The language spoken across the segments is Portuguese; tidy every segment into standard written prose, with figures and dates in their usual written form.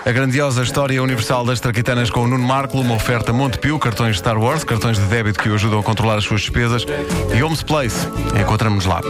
A grandiosa história universal das traquitanas com o Nuno Marco, uma oferta Montepio, cartões Star Wars, cartões de débito que o ajudam a controlar as suas despesas, e Homes Place. Encontramos-nos lá.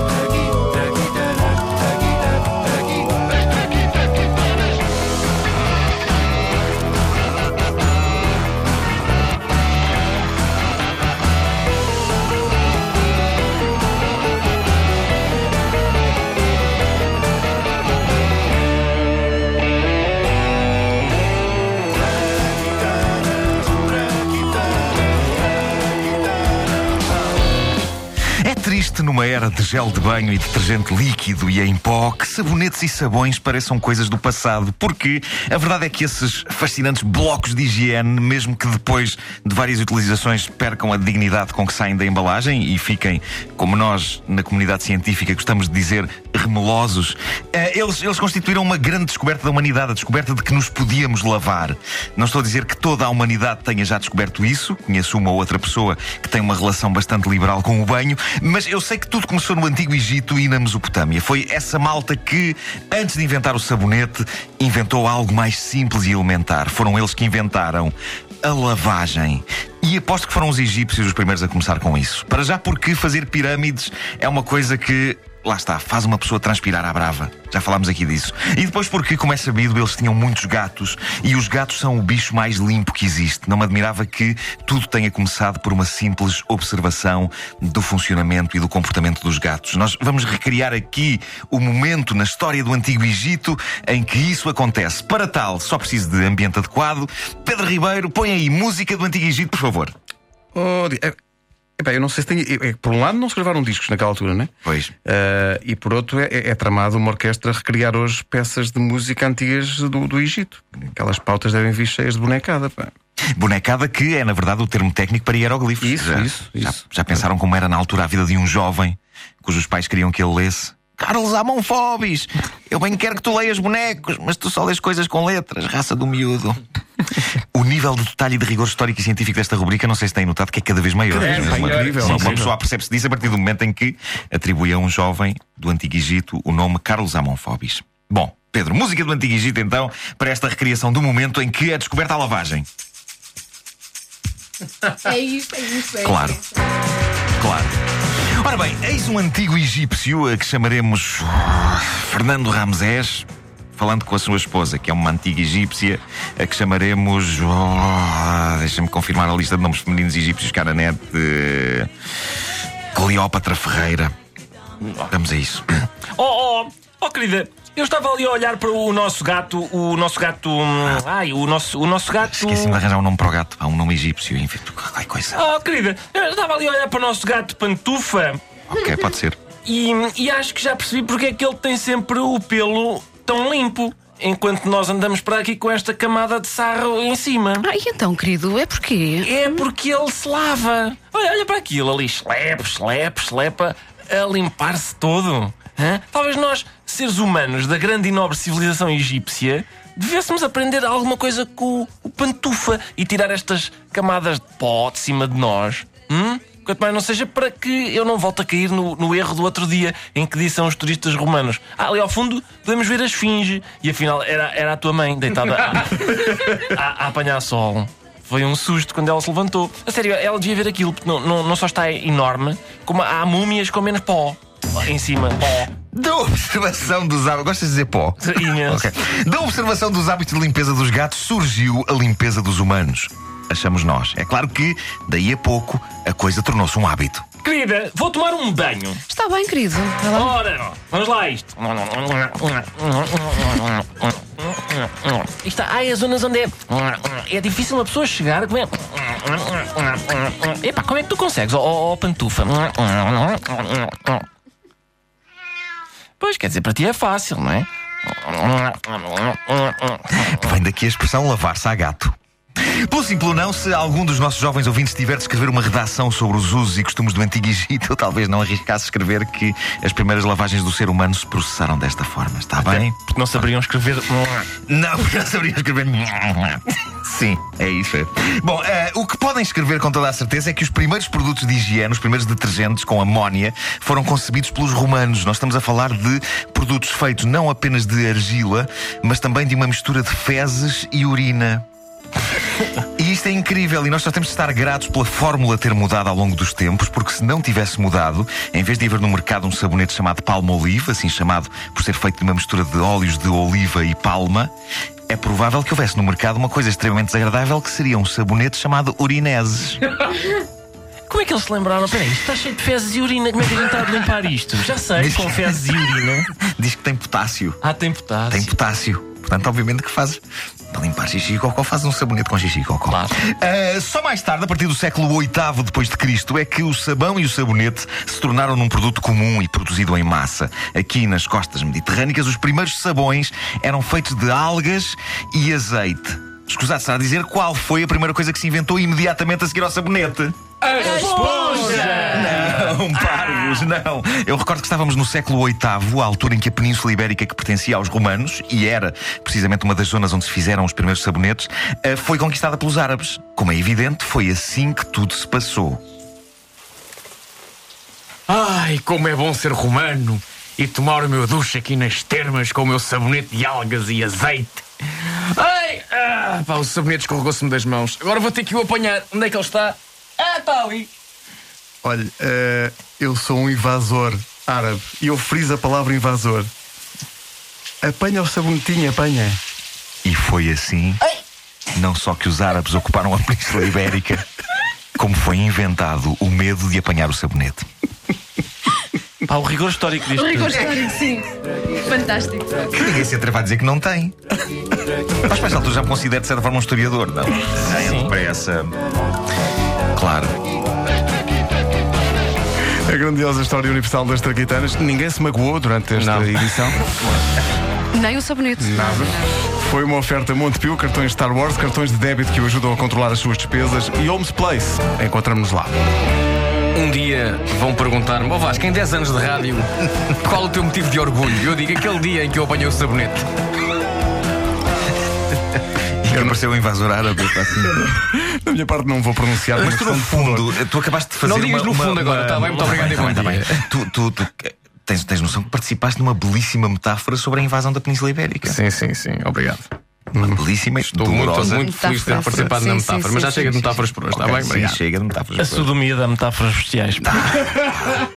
Triste numa era de gel de banho e detergente líquido e em pó que sabonetes e sabões pareçam coisas do passado, porque a verdade é que esses fascinantes blocos de higiene, mesmo que depois de várias utilizações percam a dignidade com que saem da embalagem e fiquem, como nós na comunidade científica gostamos de dizer, remelosos, eles constituíram uma grande descoberta da humanidade, a descoberta de que nos podíamos lavar. Não estou a dizer que toda a humanidade tenha já descoberto isso, conheço uma ou outra pessoa que tem uma relação bastante liberal com o banho, mas eu sei que tudo começou no Antigo Egito e na Mesopotâmia. Foi essa malta que, antes de inventar o sabonete, inventou algo mais simples e elementar. Foram eles que inventaram a lavagem. E aposto que foram os egípcios os primeiros a começar com isso. Para já porque fazer pirâmides é uma coisa que, lá está, faz uma pessoa transpirar à brava. Já falámos aqui disso. E depois porque, como é sabido, eles tinham muitos gatos. E os gatos são o bicho mais limpo que existe. Não me admirava que tudo tenha começado por uma simples observação do funcionamento e do comportamento dos gatos. Nós vamos recriar aqui o momento na história do Antigo Egito em que isso acontece. Para tal, só preciso de ambiente adequado. Pedro Ribeiro, põe aí música do Antigo Egito, por favor. Epá, eu não sei se tem. Por um lado, não se gravaram discos naquela altura, não é? Pois. E por outro, é tramado uma orquestra a recriar hoje peças de música antigas do Egito. Aquelas pautas devem vir cheias de bonecada, pá. Bonecada, que é, na verdade, o termo técnico para hieroglifos. Isso. Já pensaram como era na altura a vida de um jovem cujos pais queriam que ele lesse? Carlos Amonfobis, eu bem quero que tu leias bonecos, mas tu só lês coisas com letras, raça do miúdo. O nível de detalhe e de rigor histórico e científico desta rubrica, não sei se têm notado, que é cada vez maior. Incrível. Uma pessoa percebe-se disso a partir do momento em que atribui a um jovem do Antigo Egito o nome Carlos Amonfobis. Bom, Pedro, música do Antigo Egito então, para esta recriação do momento em que é descoberta a lavagem. É isso. Claro. Ora bem, eis um antigo egípcio a que chamaremos Fernando Ramsés, falando com a sua esposa, que é uma antiga egípcia, a que chamaremos... deixa-me confirmar a lista de nomes femininos egípcios, cara net. Cleópatra Ferreira. Vamos a isso. Oh, querida, eu estava ali a olhar para o nosso gato. O nosso gato. O nosso gato. Esqueci-me de arranjar um nome para o gato. Há um nome egípcio, enfim, qualquer coisa. Oh, querida, eu estava ali a olhar para o nosso gato Pantufa. Ok, pode ser. E acho que já percebi porque é que ele tem sempre o pelo tão limpo, enquanto nós andamos para aqui com esta camada de sarro em cima. E então, querido, é porquê? É porque ele se lava. Olha para aquilo ali, slepa, a limpar-se todo. Hã? Talvez nós, seres humanos da grande e nobre civilização egípcia, devêssemos aprender alguma coisa com o Pantufa e tirar estas camadas de pó de cima de nós. Quanto mais não seja para que eu não volte a cair no erro do outro dia em que disseram os turistas romanos: ali ao fundo podemos ver a esfinge. E afinal era a tua mãe deitada a apanhar sol. Foi um susto quando ela se levantou. A sério, ela devia ver aquilo, porque não só está enorme, como há múmias com menos pó em cima. Pó. Da observação dos hábitos... Gostas de dizer pó? Imenso. Okay. Da observação dos hábitos de limpeza dos gatos surgiu a limpeza dos humanos. Achamos nós. É claro que, daí a pouco, a coisa tornou-se um hábito. Querida, vou tomar um banho. Está bem, querido. Vai lá. Ora, vamos lá isto. Isto há as zonas onde é difícil uma pessoa chegar. Epá, como é que tu consegues, Pantufa? Pois, quer dizer, para ti é fácil, não é? Vem daqui a expressão lavar-se a gato. Pelo sim, pelo não, se algum dos nossos jovens ouvintes tiver de escrever uma redação sobre os usos e costumes do Antigo Egito, eu talvez não arriscasse escrever que as primeiras lavagens do ser humano se processaram desta forma. Está bem? Porque não saberiam escrever. Não, não saberiam escrever. Sim, é isso. Bom, o que podem escrever com toda a certeza é que os primeiros produtos de higiene, os primeiros detergentes com amónia, foram concebidos pelos romanos. Nós estamos a falar de produtos feitos não apenas de argila, mas também de uma mistura de fezes e urina. E isto é incrível, e nós só temos de estar gratos pela fórmula ter mudado ao longo dos tempos, porque se não tivesse mudado, em vez de haver no mercado um sabonete chamado Palmolive, assim chamado por ser feito de uma mistura de óleos de oliva e palma, é provável que houvesse no mercado uma coisa extremamente desagradável, que seria um sabonete chamado Urineses. Como é que eles se lembraram? Peraí, isto está cheio de fezes e urina. Como é que a gente está a limpar isto? Já sei, com fezes e urina. Diz que tem potássio. Ah, tem potássio. Tem potássio. Portanto, obviamente que fazes para limpar xixi e cocó, fazes um sabonete com xixi e cocó. Claro. Só mais tarde, a partir do século VIII depois de Cristo, é que o sabão e o sabonete se tornaram num produto comum e produzido em massa. Aqui nas costas mediterrâneas, os primeiros sabões eram feitos de algas e azeite. Escusado será dizer qual foi a primeira coisa que se inventou imediatamente a seguir ao sabonete. A esponja! Não, parvos, não. Eu recordo que estávamos no século VIII, a altura em que a Península Ibérica, que pertencia aos romanos, e era precisamente uma das zonas onde se fizeram os primeiros sabonetes, foi conquistada pelos árabes. Como é evidente, foi assim que tudo se passou. Ai, como é bom ser romano e tomar o meu duche aqui nas termas com o meu sabonete de algas e azeite. Ai, pá, o sabonete escorregou-se-me das mãos. Agora vou ter que o apanhar. Onde é que ele está? Ah, está ali. Olha, eu sou um invasor árabe e eu friso a palavra invasor. Apanha o sabonetinho, apanha. E foi assim, não só que os árabes ocuparam a Península Ibérica, como foi inventado o medo de apanhar o sabonete. Pá, o rigor histórico disto. O rigor histórico, sim. Fantástico. Ninguém se atreve a dizer que não tem. Mas para essa altura já me considero de certa forma um historiador, não? Sim. Para essa. Claro. A grandiosa história universal das traquitanas. Ninguém se magoou durante esta edição. Nem o sabonete. Nada. Foi uma oferta Montepio, cartões Star Wars, cartões de débito que o ajudam a controlar as suas despesas e Homes Place. Encontramos-nos lá. Um dia vão perguntar-me: ó Vasco, em 10 anos de rádio, qual o teu motivo de orgulho? Eu digo: aquele dia em que eu apanhei o sabonete. E que apareceu o invasor árabe, assim. Da minha parte não vou pronunciar. Mas tu no fundo, tu acabaste de fazer Não digas no fundo agora, está bem? Muito obrigado e bom dia. Tu tens noção que participaste numa belíssima metáfora sobre a invasão da Península Ibérica. Sim, Obrigado. Uma belíssima, Estou dolorosa. muito feliz de ter Metáfora. participado na Sim, metáfora, sim, mas já sim, chega de sim, metáforas por hoje, está bem? Sim, Obrigado. chega de metáforas. A sodomia da metáforas bestiais.